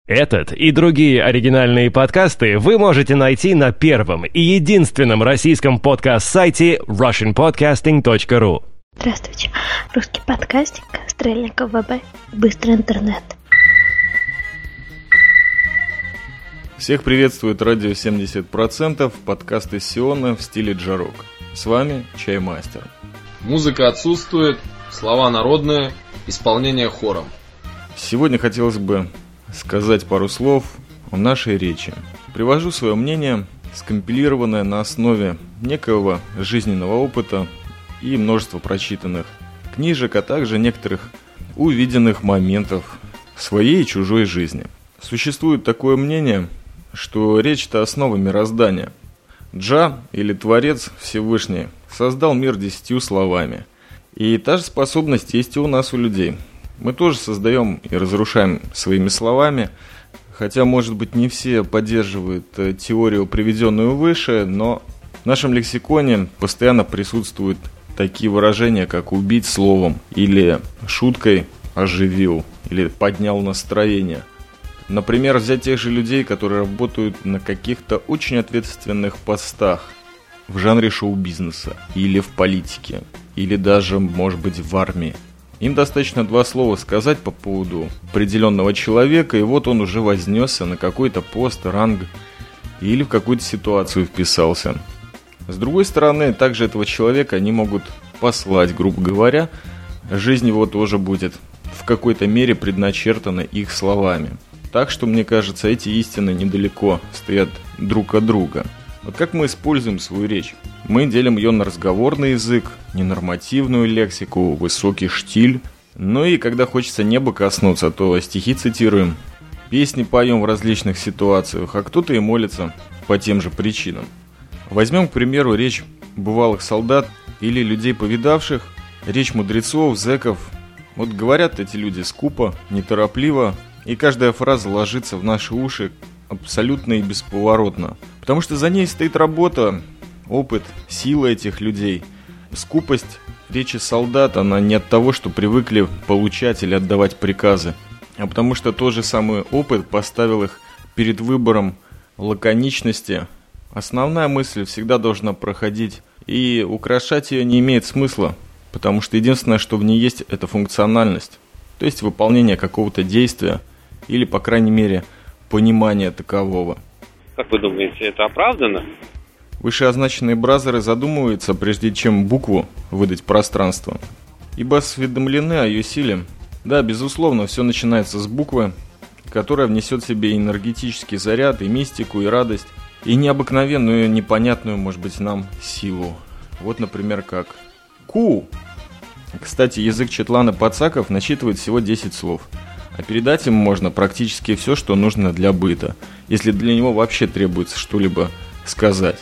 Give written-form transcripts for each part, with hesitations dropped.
Этот и другие оригинальные подкасты вы можете найти на первом и единственном российском подкаст-сайте russianpodcasting.ru. Здравствуйте. Русский подкастинг, стрельников ВБ, быстрый интернет. Всех приветствует радио 70%, подкаст из Сиона в стиле джарок. С вами Чаймастер. Музыка отсутствует, слова народные, исполнение хором. Сегодня хотелось бы сказать пару слов о нашей речи. Привожу свое мнение, скомпилированное на основе некоего жизненного опыта и множества прочитанных книжек, а также некоторых увиденных моментов в своей и чужой жизни. Существует такое мнение, что речь – это основа мироздания. Джа, или Творец Всевышний, создал мир 10 словами. И та же способность есть и у нас, у людей. Мы тоже создаем и разрушаем своими словами, хотя, может быть, не все поддерживают теорию, приведенную выше, но в нашем лексиконе постоянно присутствуют такие выражения, как «убить словом» или «шуткой оживил» или «поднял настроение». Например, взять тех же людей, которые работают на каких-то очень ответственных постах в жанре шоу-бизнеса или в политике, или даже, может быть, в армии. Им достаточно 2 слова сказать по поводу определенного человека, и вот он уже вознесся на какой-то пост, ранг или в какую-то ситуацию вписался. С другой стороны, также этого человека они могут послать, грубо говоря, жизнь его тоже будет в какой-то мере предначертана их словами. Так что, мне кажется, эти истины недалеко стоят друг от друга. Вот как мы используем свою речь? Мы делим ее на разговорный язык, ненормативную лексику, высокий штиль. Ну и когда хочется неба коснуться, то стихи цитируем, песни поем в различных ситуациях, а кто-то и молится по тем же причинам. Возьмем, к примеру, речь бывалых солдат или людей повидавших, речь мудрецов, зэков. Вот говорят эти люди скупо, неторопливо, и каждая фраза ложится в наши уши абсолютно и бесповоротно. Потому что за ней стоит работа, опыт, сила этих людей. Скупость речи солдат, она не от того, что привыкли получать или отдавать приказы, а потому что тот же самый опыт поставил их перед выбором лаконичности. Основная мысль всегда должна проходить, и украшать ее не имеет смысла, потому что единственное, что в ней есть, это функциональность, то есть выполнение какого-то действия или, по крайней мере, понимание такового. Как вы думаете, это оправдано? Вышеозначенные бразеры задумываются, прежде чем букву выдать пространству, ибо осведомлены о ее силе. Да, безусловно, все начинается с буквы, которая внесет в себе энергетический заряд, и мистику, и радость, и необыкновенную, непонятную, может быть, нам силу. Вот, например, как «ку». Кстати, язык Четлана Пацаков насчитывает всего 10 слов, а передать им можно практически все, что нужно для быта, если для него вообще требуется что-либо сказать.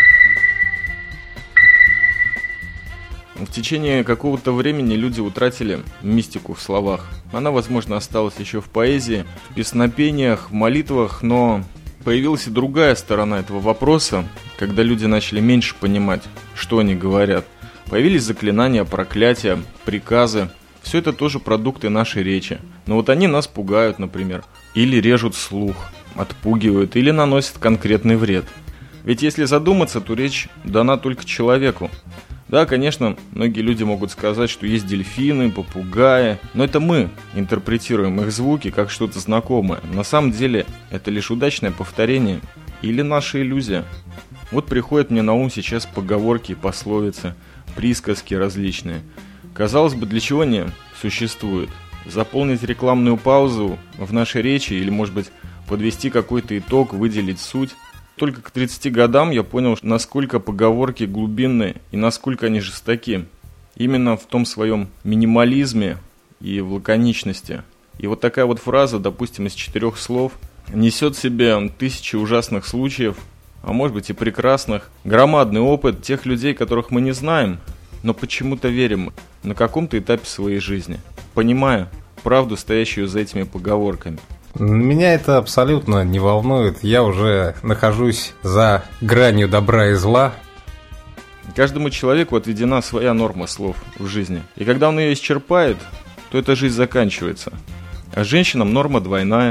В течение какого-то времени люди утратили мистику в словах. Она, возможно, осталась еще в поэзии, в песнопениях, в молитвах, но появилась и другая сторона этого вопроса, когда люди начали меньше понимать, что они говорят. Появились заклинания, проклятия, приказы. Все это тоже продукты нашей речи. Но вот они нас пугают, например, или режут слух, отпугивают, или наносят конкретный вред. Ведь если задуматься, то речь дана только человеку. Да, конечно, многие люди могут сказать, что есть дельфины, попугаи, но это мы интерпретируем их звуки как что-то знакомое. На самом деле это лишь удачное повторение или наша иллюзия. Вот приходят мне на ум сейчас поговорки, пословицы, присказки различные. Казалось бы, для чего они существуют? Заполнить рекламную паузу в нашей речи или, может быть, подвести какой-то итог, выделить суть? Только к 30 годам я понял, насколько поговорки глубинные и насколько они жестоки. Именно в том своем минимализме и в лаконичности. И вот такая вот фраза, допустим, из 4 слов, несет в себе 1000 ужасных случаев, а может быть и прекрасных, громадный опыт тех людей, которых мы не знаем, но почему-то верим на каком-то этапе своей жизни, понимая правду, стоящую за этими поговорками. Меня это абсолютно не волнует. Я уже нахожусь за гранью добра и зла. Каждому человеку отведена своя норма слов в жизни. И когда он ее исчерпает, то эта жизнь заканчивается. А женщинам норма двойная.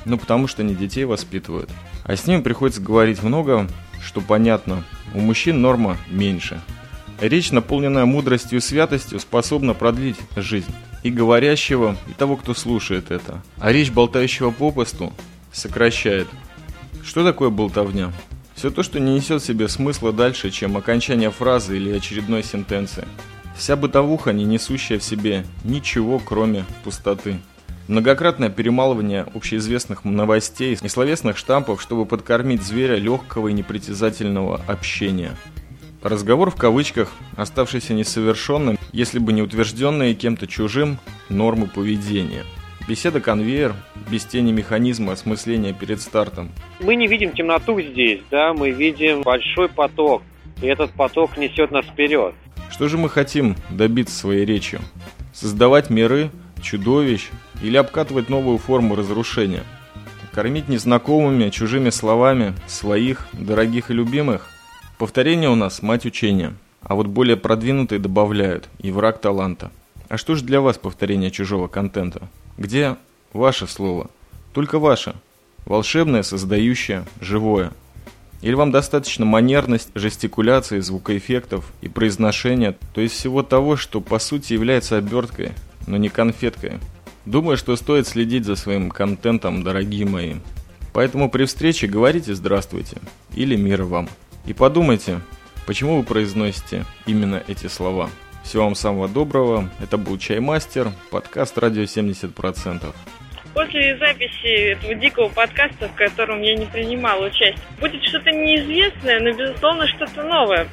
потому что они детей воспитывают. А с ними приходится говорить много, что понятно. У мужчин норма меньше. Речь, наполненная мудростью и святостью, способна продлить жизнь и говорящего, и того, кто слушает это. А речь болтающего попусту сокращает. Что такое болтовня? Все то, что не несет в себе смысла дальше, чем окончание фразы или очередной сентенции. Вся бытовуха, не несущая в себе ничего, кроме пустоты. Многократное перемалывание общеизвестных новостей и словесных штампов, чтобы подкормить зверя легкого и непритязательного общения. Разговор в кавычках, оставшийся несовершенным, если бы не утвержденные кем-то чужим нормы поведения. Беседа-конвейер, без тени механизма осмысления перед стартом. Мы не видим темноту здесь, да, мы видим большой поток, и этот поток несет нас вперед. Что же мы хотим добиться своей речью? Создавать миры, чудовищ или обкатывать новую форму разрушения? Кормить незнакомыми, чужими словами своих, дорогих и любимых? Повторение у нас – мать учения, а вот более продвинутые добавляют и враг таланта. А что же для вас повторение чужого контента? Где ваше слово? Только ваше. Волшебное, создающее, живое. Или вам достаточно манерность, жестикуляции, звукоэффектов и произношения, то есть всего того, что по сути является оберткой, но не конфеткой. Думаю, что стоит следить за своим контентом, дорогие мои. Поэтому при встрече говорите «здравствуйте» или «мир вам». И подумайте, почему вы произносите именно эти слова. Всего вам самого доброго. Это был Чаймастер, подкаст «Радио 70%». После записи этого дикого подкаста, в котором я не принимала участие, будет что-то неизвестное, но, безусловно, что-то новое.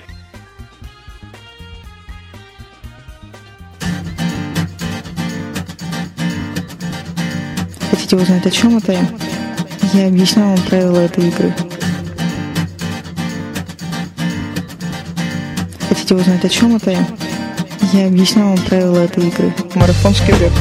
Хотите узнать, о чем это я? Я объясню вам правила этой игры. Хотите узнать, о чем это я? Я объясню вам правила этой игры. Марафонский бег.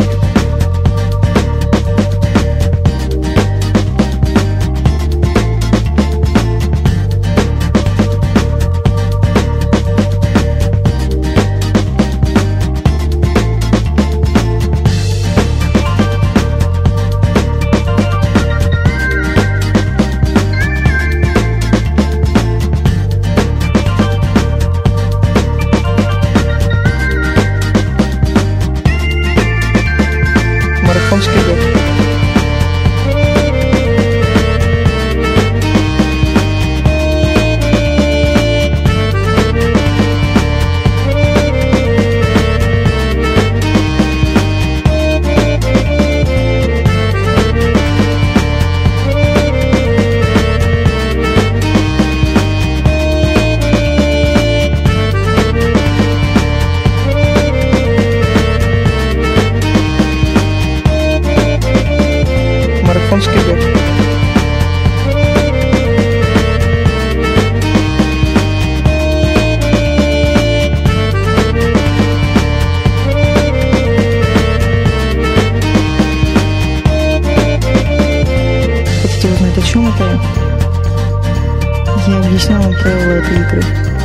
Я объясняю вам правила этой игры.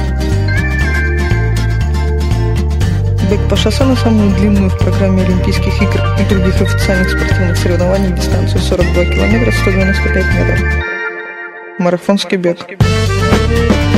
Бег по шоссе на самую длинную в программе Олимпийских игр и других официальных спортивных соревнований дистанцию 42 километра 195 метров. Марафонский бег.